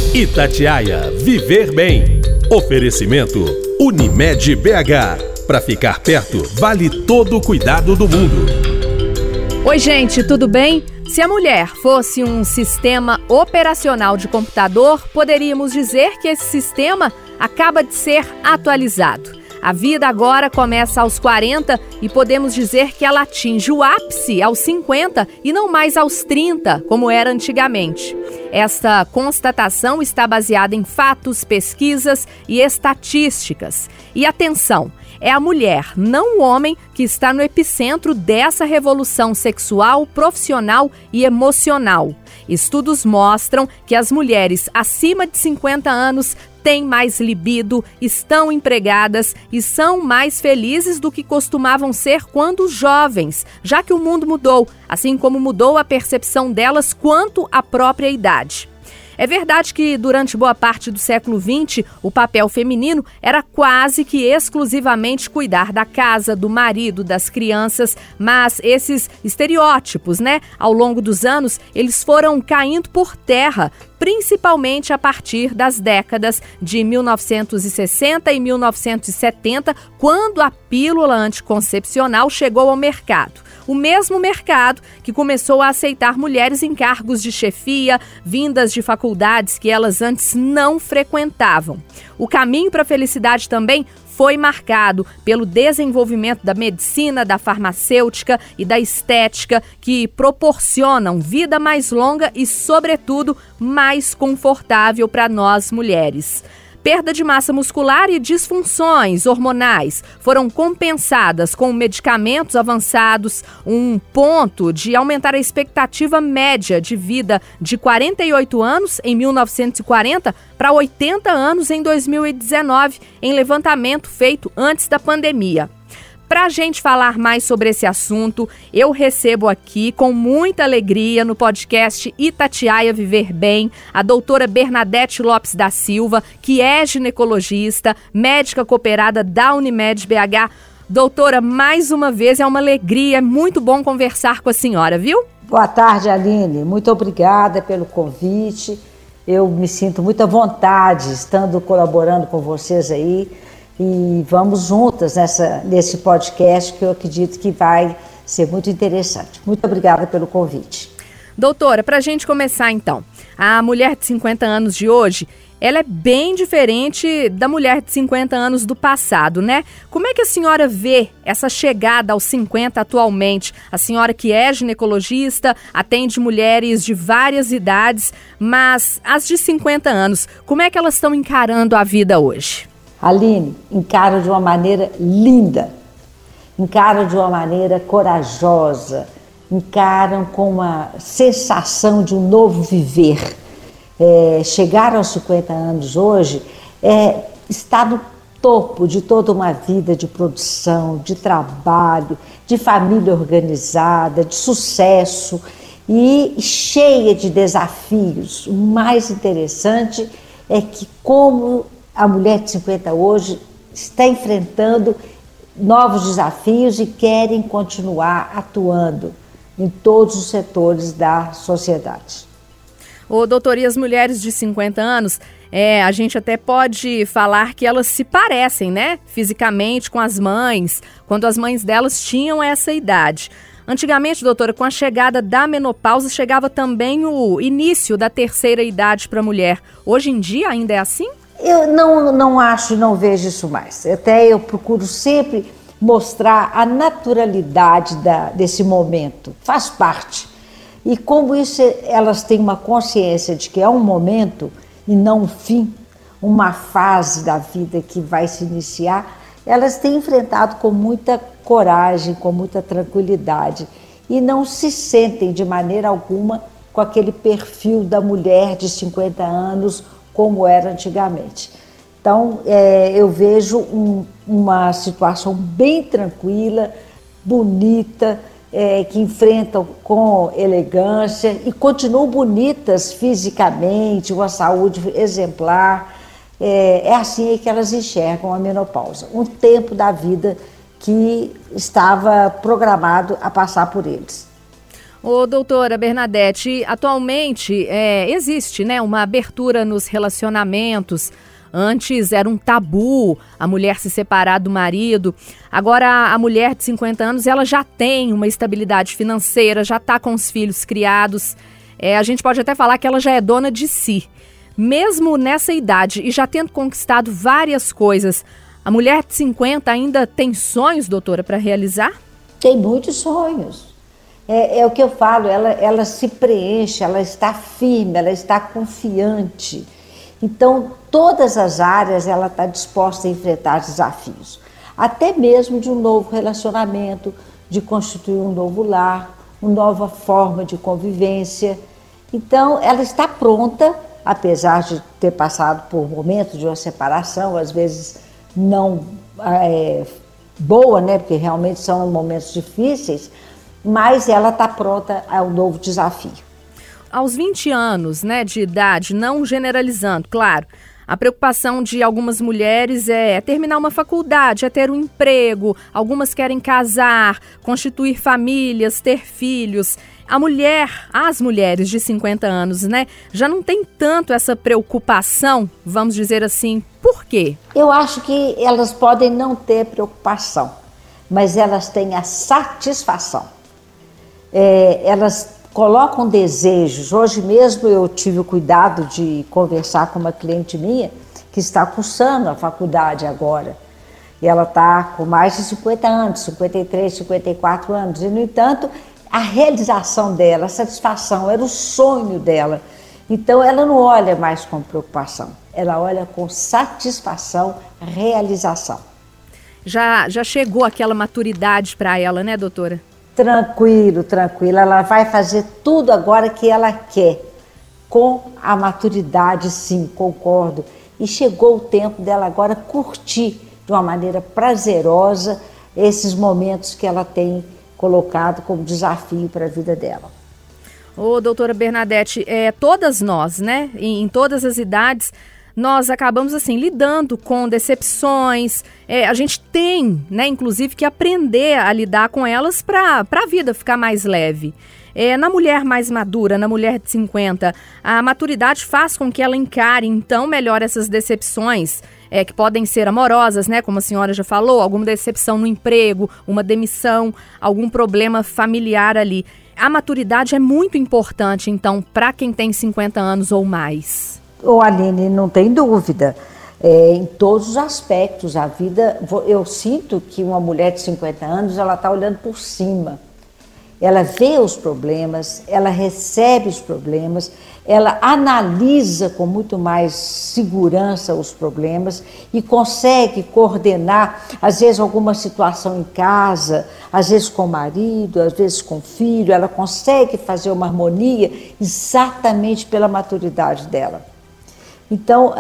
Itatiaia Viver Bem. Oferecimento Unimed BH. Para ficar perto, vale todo o cuidado do mundo. Oi, gente, tudo bem? Se a mulher fosse um sistema operacional de computador, poderíamos dizer que esse sistema acaba de ser atualizado. A vida agora começa aos 40 e podemos dizer que ela atinge o ápice aos 50 e não mais aos 30, como era antigamente. Esta constatação está baseada em fatos, pesquisas e estatísticas. E atenção, é a mulher, não o homem, que está no epicentro dessa revolução sexual, profissional e emocional. Estudos mostram que as mulheres acima de 50 anos têm mais libido, estão empregadas e são mais felizes do que costumavam ser quando jovens, já que o mundo mudou, assim como mudou a percepção delas quanto à própria idade. É verdade que durante boa parte do século XX, o papel feminino era quase que exclusivamente cuidar da casa, do marido, das crianças, mas esses estereótipos, ao longo dos anos, eles foram caindo por terra, principalmente a partir das décadas de 1960 e 1970, quando a pílula anticoncepcional chegou ao mercado. O mesmo mercado que começou a aceitar mulheres em cargos de chefia, vindas de faculdades que elas antes não frequentavam. O caminho para a felicidade também foi marcado pelo desenvolvimento da medicina, da farmacêutica e da estética, que proporcionam vida mais longa e, sobretudo, mais confortável para nós mulheres. Perda de massa muscular e disfunções hormonais foram compensadas com medicamentos avançados, um ponto de aumentar a expectativa média de vida de 48 anos em 1940 para 80 anos em 2019, em levantamento feito antes da pandemia. Para a gente falar mais sobre esse assunto, eu recebo aqui com muita alegria no podcast Itatiaia Viver Bem a doutora Bernadette Lopes da Silva, que é ginecologista, médica cooperada da Unimed BH. Doutora, mais uma vez é uma alegria, é muito bom conversar com a senhora, viu? Boa tarde, Aline. Muito obrigada pelo convite. Eu me sinto muito à vontade estando colaborando com vocês aí. E vamos juntas nesse podcast que eu acredito que vai ser muito interessante. Muito obrigada pelo convite. Doutora, para a gente começar então, a mulher de 50 anos de hoje, ela é bem diferente da mulher de 50 anos do passado, né? Como é que a senhora vê essa chegada aos 50 atualmente? A senhora que é ginecologista, atende mulheres de várias idades, mas as de 50 anos, como é que elas estão encarando a vida hoje? Aline, encara de uma maneira linda, encaram de uma maneira corajosa, encaram com uma sensação de um novo viver. Chegar aos 50 anos hoje está no topo de toda uma vida de produção, de trabalho, de família organizada, de sucesso e cheia de desafios. O mais interessante é que como a mulher de 50 hoje está enfrentando novos desafios e querem continuar atuando em todos os setores da sociedade. Doutor, e as mulheres de 50 anos, a gente até pode falar que elas se parecem, fisicamente com as mães, quando as mães delas tinham essa idade. Antigamente, doutora, com a chegada da menopausa, chegava também o início da terceira idade para a mulher. Hoje em dia ainda é assim? Eu não vejo isso mais. Até eu procuro sempre mostrar a naturalidade desse momento. Faz parte. E como isso, elas têm uma consciência de que é um momento e não um fim, uma fase da vida que vai se iniciar, elas têm enfrentado com muita coragem, com muita tranquilidade e não se sentem de maneira alguma com aquele perfil da mulher de 50 anos como era antigamente. Então, eu vejo uma situação bem tranquila, bonita, que enfrentam com elegância e continuam bonitas fisicamente, uma saúde exemplar. É assim que elas enxergam a menopausa, um tempo da vida que estava programado a passar por eles. Ô, doutora Bernadette, atualmente existe, né, uma abertura nos relacionamentos. Antes era um tabu a mulher se separar do marido. Agora a mulher de 50 anos ela já tem uma estabilidade financeira, já está com os filhos criados. A gente pode até falar que ela já é dona de si. Mesmo nessa idade e já tendo conquistado várias coisas, a mulher de 50 ainda tem sonhos, doutora, para realizar? Tem muitos sonhos. É o que eu falo, ela se preenche, ela está firme, ela está confiante. Então, todas as áreas ela está disposta a enfrentar desafios. Até mesmo de um novo relacionamento, de constituir um novo lar, uma nova forma de convivência. Então, ela está pronta, apesar de ter passado por momentos de uma separação, às vezes não boa, né? Porque realmente são momentos difíceis, mas ela está pronta ao novo desafio. Aos 20 anos, né, de idade, não generalizando, claro, a preocupação de algumas mulheres é terminar uma faculdade, é ter um emprego, algumas querem casar, constituir famílias, ter filhos. As mulheres de 50 anos, né, já não tem tanto essa preocupação, vamos dizer assim, por quê? Eu acho que elas podem não ter preocupação, mas elas têm a satisfação. Elas colocam desejos. Hoje mesmo eu tive o cuidado de conversar com uma cliente minha que está cursando a faculdade agora. E ela está com mais de 50 anos, 53, 54 anos. E, no entanto, a realização dela, a satisfação, era o sonho dela. Então, ela não olha mais com preocupação, ela olha com satisfação, realização. Já chegou aquela maturidade para ela, né, doutora? Tranquilo, ela vai fazer tudo agora que ela quer, com a maturidade, sim, concordo. E chegou o tempo dela agora curtir de uma maneira prazerosa esses momentos que ela tem colocado como desafio para a vida dela. Ô, doutora Bernadette, todas nós, né, em todas as idades, nós acabamos assim lidando com decepções. A gente tem, né, inclusive, que aprender a lidar com elas para a vida ficar mais leve. Na mulher mais madura, na mulher de 50, a maturidade faz com que ela encare, então, melhor essas decepções, que podem ser amorosas, né, como a senhora já falou, alguma decepção no emprego, uma demissão, algum problema familiar ali. A maturidade é muito importante, então, para quem tem 50 anos ou mais. Aline, não tem dúvida, em todos os aspectos, a vida, eu sinto que uma mulher de 50 anos, ela está olhando por cima, ela vê os problemas, ela recebe os problemas, ela analisa com muito mais segurança os problemas e consegue coordenar, às vezes, alguma situação em casa, às vezes com o marido, às vezes com o filho, ela consegue fazer uma harmonia exatamente pela maturidade dela. Então,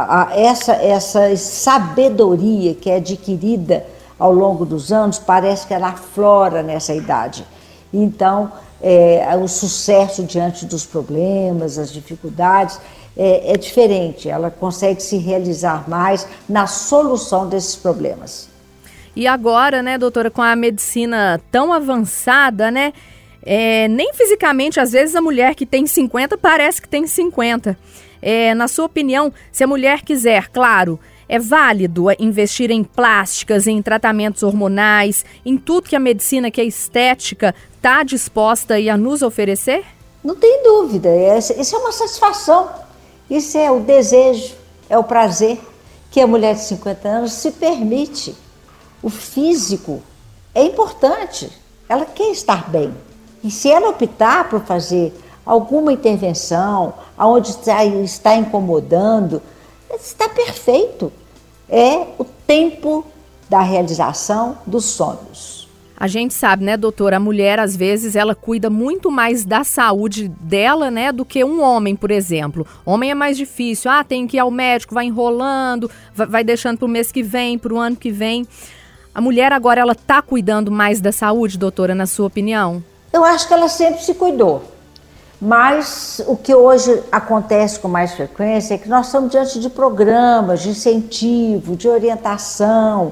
essa sabedoria que é adquirida ao longo dos anos, parece que ela aflora nessa idade. Então, o sucesso diante dos problemas, as dificuldades, é diferente. Ela consegue se realizar mais na solução desses problemas. E agora, né, doutora, com a medicina tão avançada, né, nem fisicamente, às vezes, a mulher que tem 50 parece que tem 50. Na sua opinião, se a mulher quiser, claro, é válido investir em plásticas, em tratamentos hormonais, em tudo que a medicina, que a estética está disposta a nos oferecer? Não tem dúvida, isso é uma satisfação, isso é o desejo, é o prazer que a mulher de 50 anos se permite. O físico é importante, ela quer estar bem. E se ela optar por fazer alguma intervenção, aonde está incomodando, está perfeito. É o tempo da realização dos sonhos. A gente sabe, né, doutora, a mulher, às vezes, ela cuida muito mais da saúde dela, né, do que um homem, por exemplo. Homem é mais difícil, tem que ir ao médico, vai enrolando, vai deixando para o mês que vem, para o ano que vem. A mulher agora, ela está cuidando mais da saúde, doutora, na sua opinião? Eu acho que ela sempre se cuidou. Mas o que hoje acontece com mais frequência é que nós estamos diante de programas de incentivo, de orientação,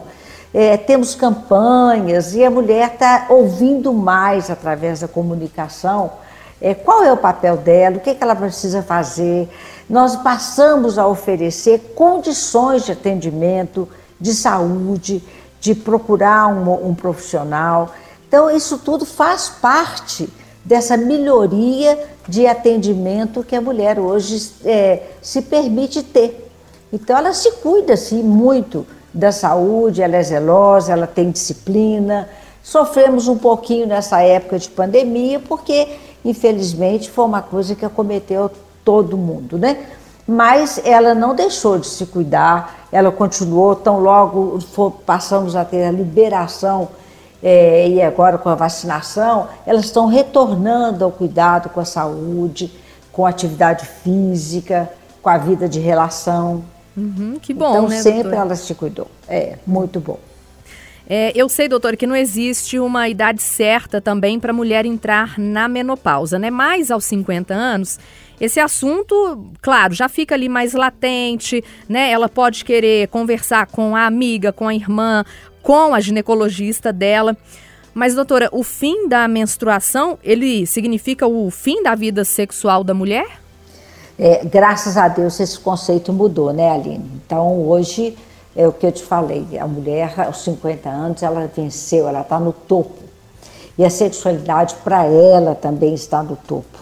temos campanhas e a mulher está ouvindo mais através da comunicação qual é o papel dela, o que ela precisa fazer. Nós passamos a oferecer condições de atendimento, de saúde, de procurar um profissional. Então, isso tudo faz parte dessa melhoria de atendimento que a mulher hoje se permite ter. Então, ela se cuida, sim, muito da saúde, ela é zelosa, ela tem disciplina. Sofremos um pouquinho nessa época de pandemia, porque, infelizmente, foi uma coisa que acometeu todo mundo, né? Mas ela não deixou de se cuidar, ela continuou, tão logo passamos a ter a liberação e agora com a vacinação, elas estão retornando ao cuidado com a saúde, com a atividade física, com a vida de relação. Que bom, então, né, sempre doutora? ela se cuidou. Muito bom. Eu sei, doutora, que não existe uma idade certa também para a mulher entrar na menopausa, né? Mas aos 50 anos, esse assunto, claro, já fica ali mais latente, né? Ela pode querer conversar com a amiga, com a irmã, com a ginecologista dela. Mas, doutora, o fim da menstruação, ele significa o fim da vida sexual da mulher? Graças a Deus esse conceito mudou, né, Aline? Então, hoje, é o que eu te falei, a mulher, aos 50 anos, ela venceu, ela está no topo. E a sexualidade, para ela, também está no topo.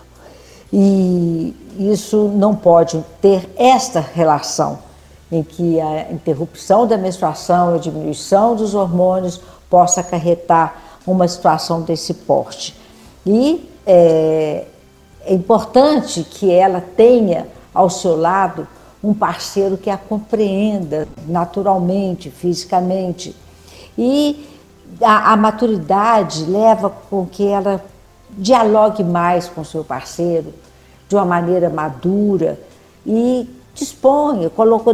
E isso não pode ter esta relação em que a interrupção da menstruação, a diminuição dos hormônios possa acarretar uma situação desse porte. E é importante que ela tenha ao seu lado um parceiro que a compreenda naturalmente, fisicamente. E a maturidade leva com que ela dialogue mais com seu parceiro de uma maneira madura e disponha,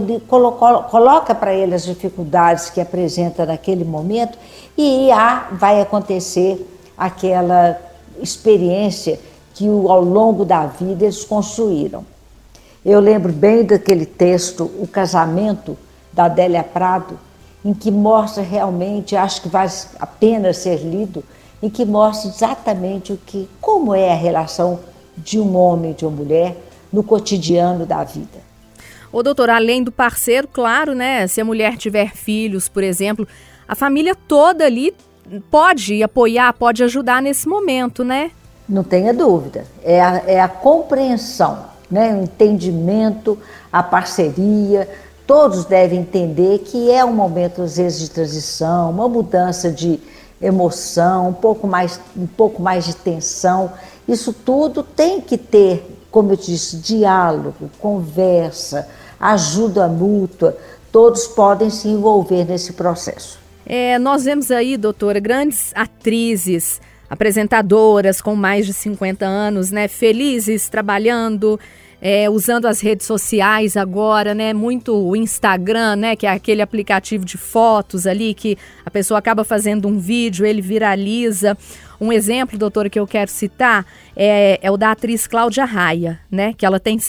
coloca para ele as dificuldades que apresenta naquele momento e vai acontecer aquela experiência que ao longo da vida eles construíram. Eu lembro bem daquele texto, O Casamento, da Adélia Prado, em que mostra realmente, acho que vale a pena ser lido, em que mostra exatamente como é a relação de um homem e de uma mulher no cotidiano da vida. Ô, doutora, além do parceiro, claro, né? Se a mulher tiver filhos, por exemplo, a família toda ali pode apoiar, pode ajudar nesse momento, né? Não tenha dúvida. É a compreensão, né? O entendimento, a parceria. Todos devem entender que é um momento, às vezes, de transição, uma mudança de emoção, um pouco mais de tensão. Isso tudo tem que ter, como eu disse, diálogo, conversa, ajuda mútua. Todos podem se envolver nesse processo. Nós vemos aí, doutora, grandes atrizes, apresentadoras com mais de 50 anos, né, felizes, trabalhando, usando as redes sociais agora, né, muito o Instagram, né, que é aquele aplicativo de fotos ali que a pessoa acaba fazendo um vídeo, ele viraliza. Um exemplo, doutora, que eu quero citar é o da atriz Cláudia Raia, né, que ela tem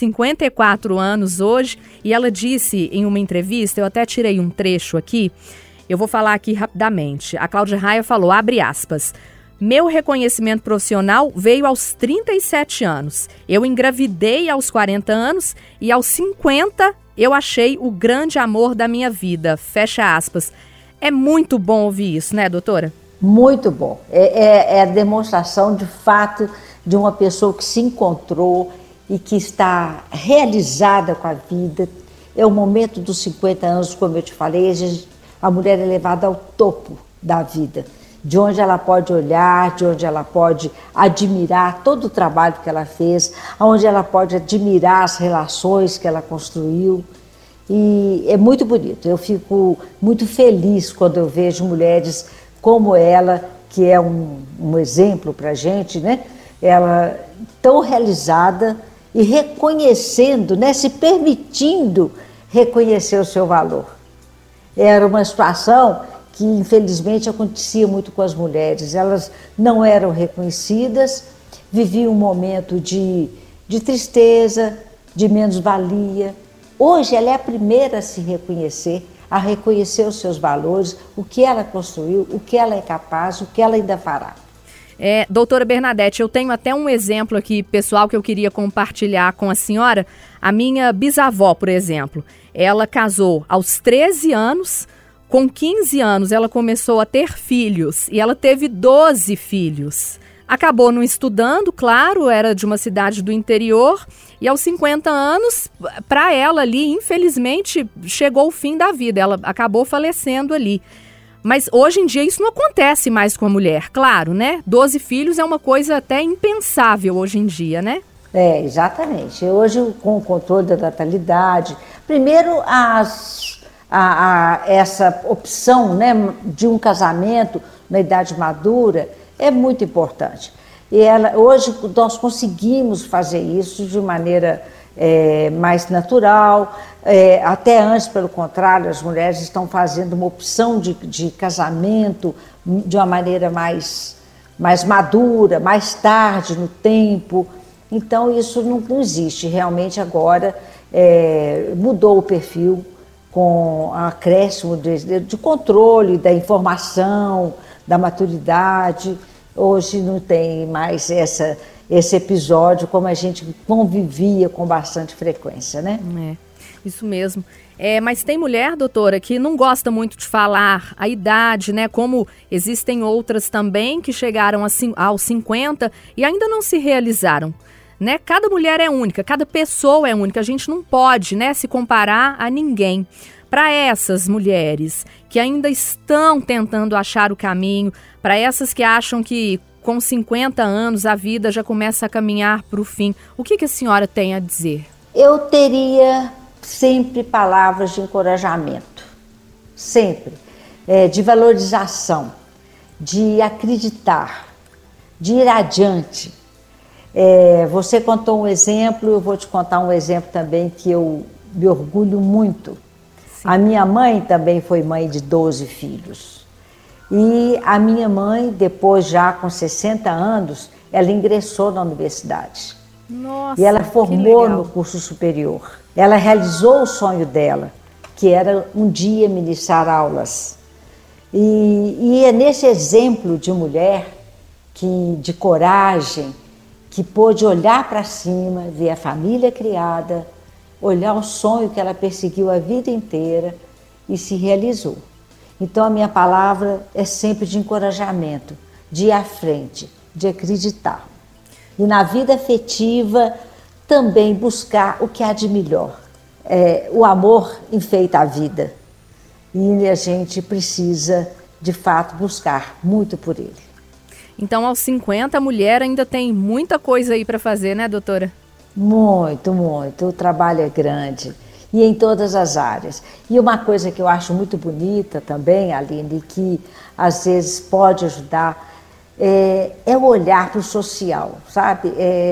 54 anos hoje e ela disse em uma entrevista, eu até tirei um trecho aqui, eu vou falar aqui rapidamente. A Cláudia Raia falou, abre aspas, meu reconhecimento profissional veio aos 37 anos. Eu engravidei aos 40 anos e aos 50 eu achei o grande amor da minha vida. Fecha aspas. É muito bom ouvir isso, né, doutora? Muito bom. É a demonstração, de fato, de uma pessoa que se encontrou e que está realizada com a vida. É o momento dos 50 anos, como eu te falei, a mulher é levada ao topo da vida. De onde ela pode olhar, de onde ela pode admirar todo o trabalho que ela fez, onde ela pode admirar as relações que ela construiu. E é muito bonito. Eu fico muito feliz quando eu vejo mulheres como ela, que é um exemplo para a gente, né? Ela tão realizada e reconhecendo, né? Se permitindo reconhecer o seu valor. Era uma situação que infelizmente acontecia muito com as mulheres. Elas não eram reconhecidas, viviam um momento de tristeza, de menos-valia. Hoje ela é a primeira a se reconhecer, a reconhecer os seus valores, o que ela construiu, o que ela é capaz, o que ela ainda fará. Doutora Bernadette, eu tenho até um exemplo aqui, pessoal, que eu queria compartilhar com a senhora. A minha bisavó, por exemplo, ela casou aos 13 anos, com 15 anos ela começou a ter filhos e ela teve 12 filhos. Acabou não estudando, claro, era de uma cidade do interior e aos 50 anos, para ela ali, infelizmente, chegou o fim da vida, ela acabou falecendo ali. Mas hoje em dia isso não acontece mais com a mulher, claro, né? 12 filhos é uma coisa até impensável hoje em dia, né? Exatamente. Hoje, com o controle da natalidade, primeiro essa opção, né, de um casamento na idade madura é muito importante. E hoje nós conseguimos fazer isso de maneira mais natural. Até antes, pelo contrário, as mulheres estão fazendo uma opção de casamento de uma maneira mais madura, mais tarde no tempo. Então isso não existe. Realmente agora mudou o perfil com o acréscimo de controle da informação, da maturidade. Hoje não tem mais esse episódio como a gente convivia com bastante frequência, né? Isso mesmo. Mas tem mulher, doutora, que não gosta muito de falar a idade, né? Como existem outras também que chegaram aos 50 e ainda não se realizaram, né? Cada mulher é única, cada pessoa é única. A gente não pode, né, se comparar a ninguém. Para essas mulheres que ainda estão tentando achar o caminho, para essas que acham que com 50 anos a vida já começa a caminhar para o fim, o que a senhora tem a dizer? Eu teria sempre palavras de encorajamento, sempre, de valorização, de acreditar, de ir adiante. Você contou um exemplo, eu vou te contar um exemplo também que eu me orgulho muito. Sim. A minha mãe também foi mãe de 12 filhos. E a minha mãe, depois já com 60 anos, ela ingressou na universidade. Nossa, e ela formou no curso superior. Ela realizou o sonho dela, que era um dia ministrar aulas. E é nesse exemplo de mulher, de coragem, que pôde olhar para cima, ver a família criada, olhar o sonho que ela perseguiu a vida inteira e se realizou. Então a minha palavra é sempre de encorajamento, de ir à frente, de acreditar. E na vida afetiva também buscar o que há de melhor. O amor enfeita a vida e a gente precisa, de fato, buscar muito por ele. Então, aos 50, a mulher ainda tem muita coisa aí para fazer, né, doutora? Muito, muito. O trabalho é grande e em todas as áreas. E uma coisa que eu acho muito bonita também, Aline, que às vezes pode ajudar, é o olhar para o social, sabe?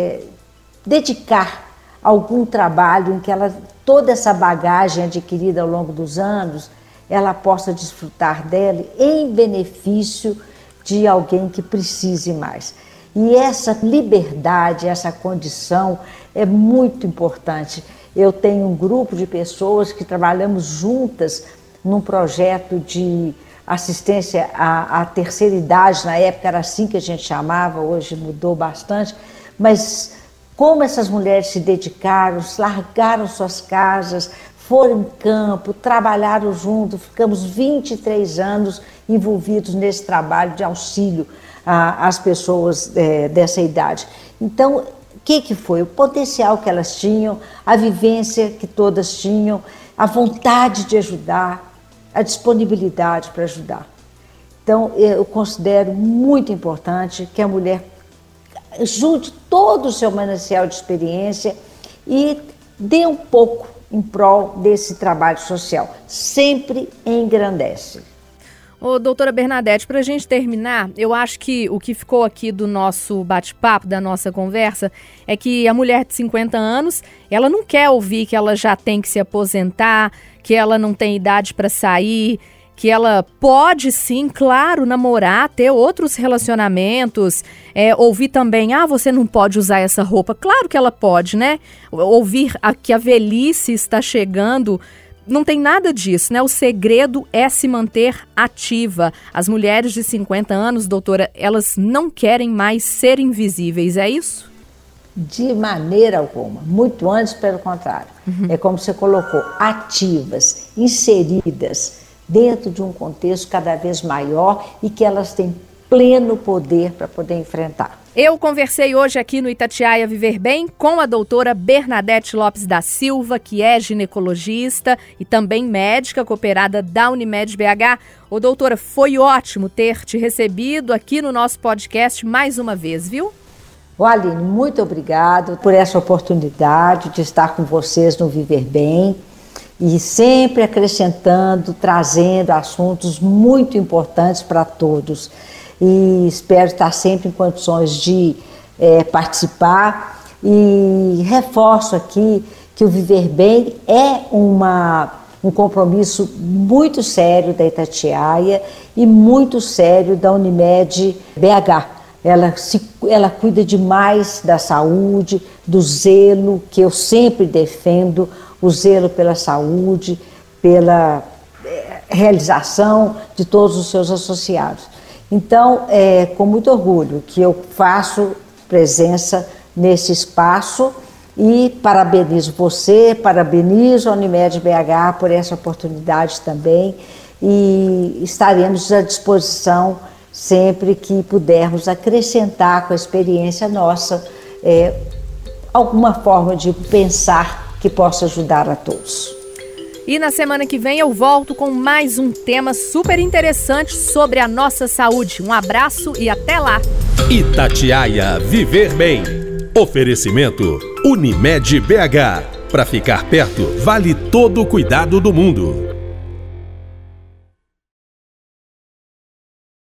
Dedicar algum trabalho em que toda essa bagagem adquirida ao longo dos anos, ela possa desfrutar dela em benefício de alguém que precise mais. E essa liberdade, essa condição é muito importante. Eu tenho um grupo de pessoas que trabalhamos juntas num projeto de assistência à terceira idade. Na época era assim que a gente chamava, hoje mudou bastante, mas como essas mulheres se dedicaram, largaram suas casas, foram em campo, trabalharam juntos, ficamos 23 anos envolvidos nesse trabalho de auxílio às pessoas dessa idade. Então, o que foi? O potencial que elas tinham, a vivência que todas tinham, a vontade de ajudar, a disponibilidade para ajudar. Então, eu considero muito importante que a mulher junte todo o seu manancial de experiência e dê um pouco em prol desse trabalho social. Sempre engrandece. Doutora Bernadette, para a gente terminar, eu acho que o que ficou aqui do nosso bate-papo, da nossa conversa, é que a mulher de 50 anos, ela não quer ouvir que ela já tem que se aposentar, que ela não tem idade para sair, que ela pode sim, claro, namorar, ter outros relacionamentos, ouvir também, você não pode usar essa roupa. Claro que ela pode, né? Ouvir que a velhice está chegando, não tem nada disso, né? O segredo é se manter ativa. As mulheres de 50 anos, doutora, elas não querem mais ser invisíveis, é isso? De maneira alguma, muito antes, pelo contrário. É como você colocou, ativas, inseridas dentro de um contexto cada vez maior e que elas têm pleno poder para poder enfrentar. Eu conversei hoje aqui no Itatiaia Viver Bem com a doutora Bernadette Lopes da Silva, que é ginecologista e também médica cooperada da Unimed BH. Ô, doutora, foi ótimo ter te recebido aqui no nosso podcast mais uma vez, viu? Aline, muito obrigado por essa oportunidade de estar com vocês no Viver Bem e sempre acrescentando, trazendo assuntos muito importantes para todos. E espero estar sempre em condições de participar e reforço aqui que o Viver Bem é um compromisso muito sério da Itatiaia e muito sério da Unimed BH. Ela cuida demais da saúde, do zelo que eu sempre defendo, o zelo pela saúde, pela realização de todos os seus associados. Então, é com muito orgulho que eu faço presença nesse espaço e parabenizo você, parabenizo a Unimed BH por essa oportunidade também e estaremos à disposição sempre que pudermos acrescentar com a experiência nossa alguma forma de pensar que possa ajudar a todos. E na semana que vem eu volto com mais um tema super interessante sobre a nossa saúde. Um abraço e até lá! Itatiaia Viver Bem. Oferecimento Unimed BH. Para ficar perto, vale todo o cuidado do mundo.